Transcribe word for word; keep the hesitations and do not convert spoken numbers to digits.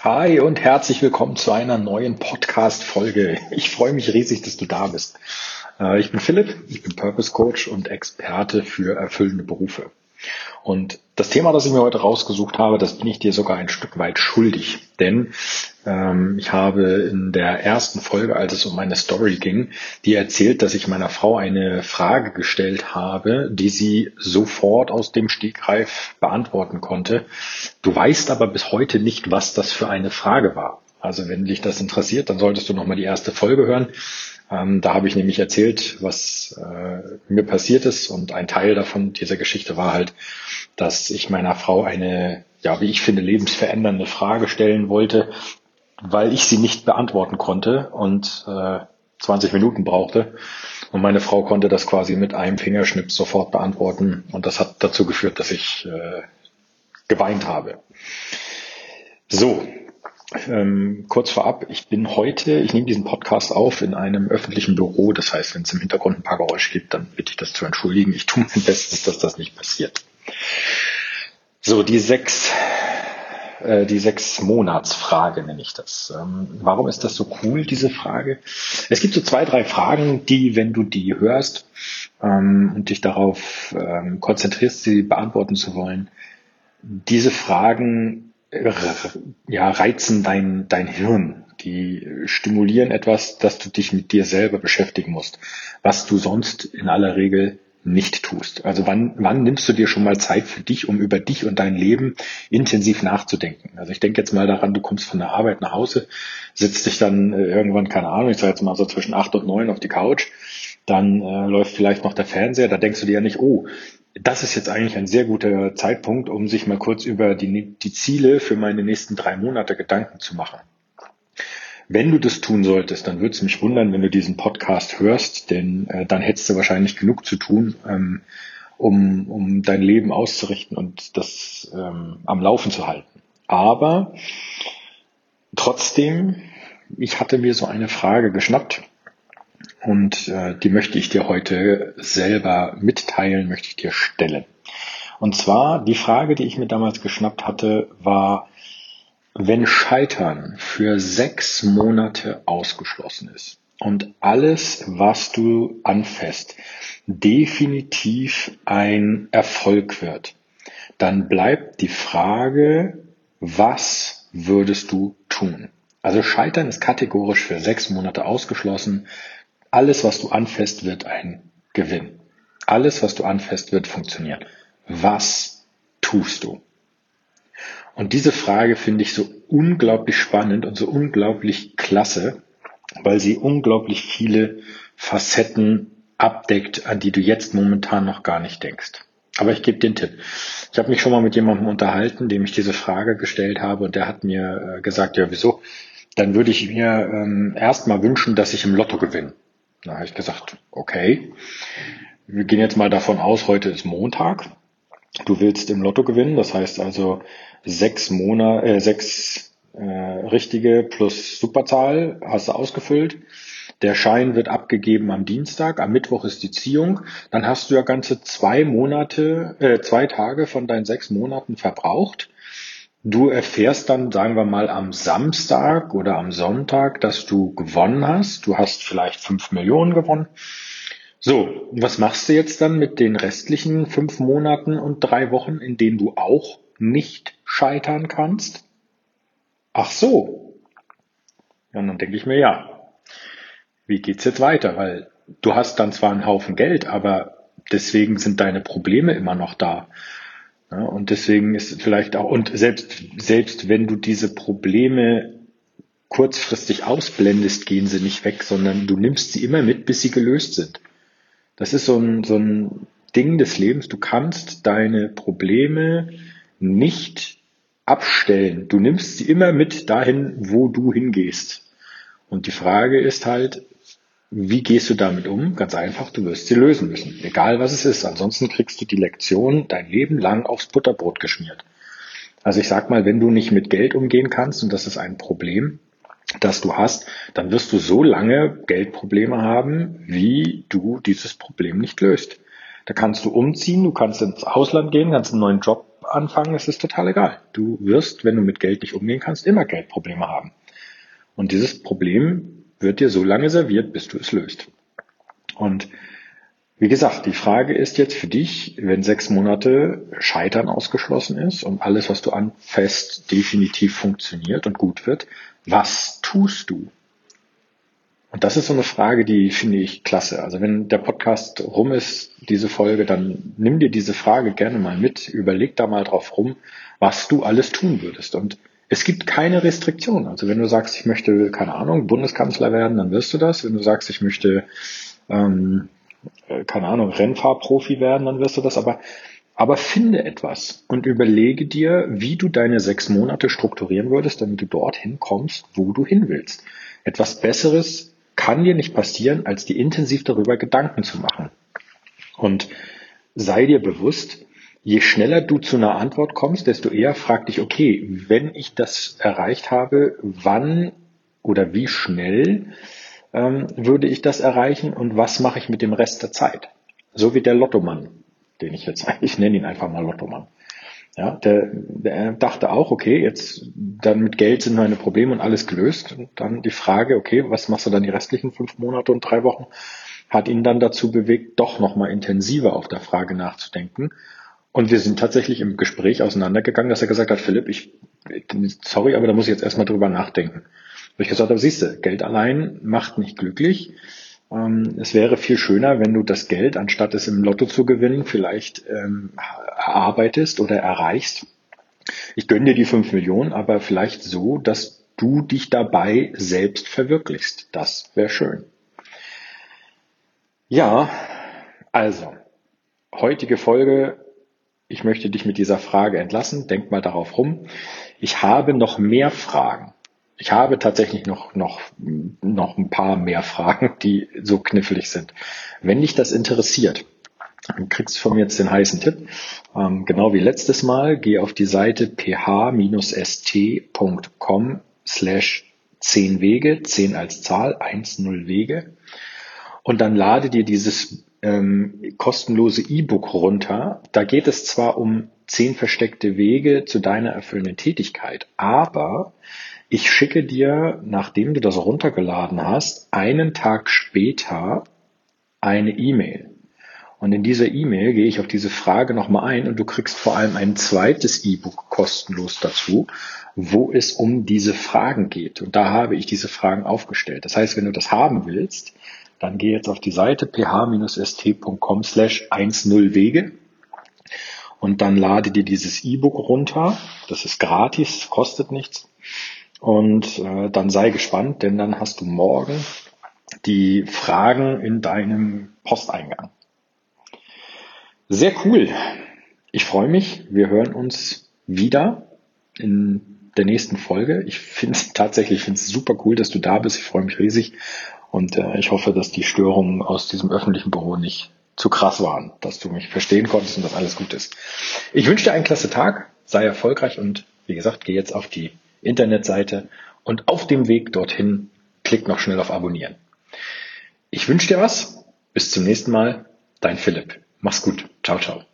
Hi und herzlich willkommen zu einer neuen Podcast-Folge. Ich freue mich riesig, dass du da bist. Äh, Ich bin Philipp, ich bin Purpose Coach und Experte für erfüllende Berufe. Und das Thema, das ich mir heute rausgesucht habe, das bin ich dir sogar ein Stück weit schuldig. Denn ähm, ich habe in der ersten Folge, als es um meine Story ging, dir erzählt, dass ich meiner Frau eine Frage gestellt habe, die sie sofort aus dem Stegreif beantworten konnte. Du weißt aber bis heute nicht, was das für eine Frage war. Also wenn dich das interessiert, dann solltest du nochmal die erste Folge hören. Ähm, da habe ich nämlich erzählt, was äh, mir passiert ist, und ein Teil davon, dieser Geschichte, war halt, dass ich meiner Frau eine, ja, wie ich finde, lebensverändernde Frage stellen wollte, weil ich sie nicht beantworten konnte und äh, zwanzig Minuten brauchte. Und meine Frau konnte das quasi mit einem Fingerschnips sofort beantworten. Und das hat dazu geführt, dass ich äh, geweint habe. So, ähm, kurz vorab, ich bin heute, ich nehme diesen Podcast auf in einem öffentlichen Büro. Das heißt, wenn es im Hintergrund ein paar Geräusche gibt, dann bitte ich das zu entschuldigen. Ich tue mein Bestes, dass das nicht passiert. So, die sechs, äh, die sechs Monatsfrage nenne ich das. Ähm, warum ist das so cool, diese Frage? Es gibt so zwei, drei Fragen, die, wenn du die hörst ähm, und dich darauf ähm, konzentrierst, sie beantworten zu wollen, diese Fragen äh, ja, reizen dein, dein Hirn. Die stimulieren etwas, dass du dich mit dir selber beschäftigen musst, was du sonst in aller Regel nicht tust. Also wann, wann nimmst du dir schon mal Zeit für dich, um über dich und dein Leben intensiv nachzudenken? Also ich denke jetzt mal daran, du kommst von der Arbeit nach Hause, sitzt dich dann äh, irgendwann, keine Ahnung, ich sage jetzt mal so zwischen acht und neun auf die Couch, dann äh, läuft vielleicht noch der Fernseher, da denkst du dir ja nicht, oh, das ist jetzt eigentlich ein sehr guter Zeitpunkt, um sich mal kurz über die, die Ziele für meine nächsten drei Monate Gedanken zu machen. Wenn du das tun solltest, dann würde es mich wundern, wenn du diesen Podcast hörst, denn äh, dann hättest du wahrscheinlich genug zu tun, ähm, um, um dein Leben auszurichten und das ähm, am Laufen zu halten. Aber trotzdem, ich hatte mir so eine Frage geschnappt. Und äh, die möchte ich dir heute selber mitteilen, möchte ich dir stellen. Und zwar, die Frage, die ich mir damals geschnappt hatte, war: Wenn Scheitern für sechs Monate ausgeschlossen ist und alles, was du anfasst, definitiv ein Erfolg wird, dann bleibt die Frage, was würdest du tun? Also Scheitern ist kategorisch für sechs Monate ausgeschlossen. Alles, was du anfasst, wird ein Gewinn. Alles, was du anfasst, wird funktionieren. Was tust du? Und diese Frage finde ich so unglaublich spannend und so unglaublich klasse, weil sie unglaublich viele Facetten abdeckt, an die du jetzt momentan noch gar nicht denkst. Aber ich gebe dir einen Tipp. Ich habe mich schon mal mit jemandem unterhalten, dem ich diese Frage gestellt habe, und der hat mir äh, gesagt, ja, wieso? Dann würde ich mir ähm, erst mal wünschen, dass ich im Lotto gewinne. Da habe ich gesagt, okay, wir gehen jetzt mal davon aus, heute ist Montag. Du willst im Lotto gewinnen, das heißt also sechs Monate, äh, sechs äh, richtige plus Superzahl hast du ausgefüllt. Der Schein wird abgegeben am Dienstag, am Mittwoch ist die Ziehung. Dann hast du ja ganze zwei Monate, äh, zwei Tage von deinen sechs Monaten verbraucht. Du erfährst dann, sagen wir mal, am Samstag oder am Sonntag, dass du gewonnen hast. Du hast vielleicht fünf Millionen gewonnen. So, was machst du jetzt dann mit den restlichen fünf Monaten und drei Wochen, in denen du auch nicht scheitern kannst? Ach so. Ja, und dann denke ich mir, ja, wie geht's jetzt weiter? Weil du hast dann zwar einen Haufen Geld, aber deswegen sind deine Probleme immer noch da. Ja, und deswegen ist vielleicht auch, und selbst, selbst wenn du diese Probleme kurzfristig ausblendest, gehen sie nicht weg, sondern du nimmst sie immer mit, bis sie gelöst sind. Das ist so ein, so ein Ding des Lebens. Du kannst deine Probleme nicht abstellen. Du nimmst sie immer mit dahin, wo du hingehst. Und die Frage ist halt, wie gehst du damit um? Ganz einfach, du wirst sie lösen müssen. Egal was es ist. Ansonsten kriegst du die Lektion dein Leben lang aufs Butterbrot geschmiert. Also ich sag mal, wenn du nicht mit Geld umgehen kannst, und das ist ein Problem, das du hast, dann wirst du so lange Geldprobleme haben, wie du dieses Problem nicht löst. Da kannst du umziehen, du kannst ins Ausland gehen, kannst einen neuen Job anfangen, es ist total egal. Du wirst, wenn du mit Geld nicht umgehen kannst, immer Geldprobleme haben. Und dieses Problem wird dir so lange serviert, bis du es löst. Und wie gesagt, die Frage ist jetzt für dich, wenn sechs Monate Scheitern ausgeschlossen ist und alles, was du anfasst, definitiv funktioniert und gut wird, was tust du? Und das ist so eine Frage, die finde ich klasse. Also wenn der Podcast rum ist, diese Folge, dann nimm dir diese Frage gerne mal mit, überleg da mal drauf rum, was du alles tun würdest. Und es gibt keine Restriktion. Also wenn du sagst, ich möchte, keine Ahnung, Bundeskanzler werden, dann wirst du das. Wenn du sagst, ich möchte, ähm, keine Ahnung, Rennfahrprofi werden, dann wirst du das. Aber, aber finde etwas und überlege dir, wie du deine sechs Monate strukturieren würdest, damit du dorthin kommst, wo du hin willst. Etwas Besseres kann dir nicht passieren, als dir intensiv darüber Gedanken zu machen. Und sei dir bewusst, je schneller du zu einer Antwort kommst, desto eher frag dich, okay, wenn ich das erreicht habe, wann oder wie schnell ähm, würde ich das erreichen und was mache ich mit dem Rest der Zeit? So wie der Lottomann, den ich jetzt, ich nenne ihn einfach mal Lottomann. Ja, der, der dachte auch, okay, jetzt dann mit Geld sind meine Probleme und alles gelöst. Und dann die Frage, okay, was machst du dann die restlichen fünf Monate und drei Wochen? Hat ihn dann dazu bewegt, doch nochmal intensiver auf der Frage nachzudenken. Und wir sind tatsächlich im Gespräch auseinandergegangen, dass er gesagt hat, Philipp, ich, sorry, aber da muss ich jetzt erstmal drüber nachdenken. Wo ich gesagt habe, siehst du, Geld allein macht nicht glücklich. Es wäre viel schöner, wenn du das Geld, anstatt es im Lotto zu gewinnen, vielleicht ähm, erarbeitest oder erreichst. Ich gönne dir die fünf Millionen, aber vielleicht so, dass du dich dabei selbst verwirklichst. Das wäre schön. Ja, also, heutige Folge. Ich möchte dich mit dieser Frage entlassen. Denk mal darauf rum. Ich habe noch mehr Fragen. Ich habe tatsächlich noch, noch, noch ein paar mehr Fragen, die so knifflig sind. Wenn dich das interessiert, dann kriegst du von mir jetzt den heißen Tipp. Ähm, genau wie letztes Mal, geh auf die Seite ph-st.com slash zehn Wege, zehn als Zahl, eins, null Wege. Und dann lade dir dieses ähm, kostenlose E-Book runter. Da geht es zwar um zehn versteckte Wege zu deiner erfüllenden Tätigkeit, aber ich schicke dir, nachdem du das runtergeladen hast, einen Tag später eine E-Mail. Und in dieser E-Mail gehe ich auf diese Frage nochmal ein und du kriegst vor allem ein zweites E-Book kostenlos dazu, wo es um diese Fragen geht. Und da habe ich diese Fragen aufgestellt. Das heißt, wenn du das haben willst, dann geh jetzt auf die Seite ph-st.com slash10 Wege und dann lade dir dieses E-Book runter. Das ist gratis, kostet nichts. Und äh, dann sei gespannt, denn dann hast du morgen die Fragen in deinem Posteingang. Sehr cool. Ich freue mich. Wir hören uns wieder in der nächsten Folge. Ich finde es tatsächlich, ich finde es super cool, dass du da bist. Ich freue mich riesig. Und äh, ich hoffe, dass die Störungen aus diesem öffentlichen Büro nicht zu krass waren, dass du mich verstehen konntest und dass alles gut ist. Ich wünsche dir einen klasse Tag, sei erfolgreich und wie gesagt, geh jetzt auf die Internetseite und auf dem Weg dorthin klick noch schnell auf Abonnieren. Ich wünsche dir was. Bis zum nächsten Mal. Dein Philipp. Mach's gut. Ciao, ciao.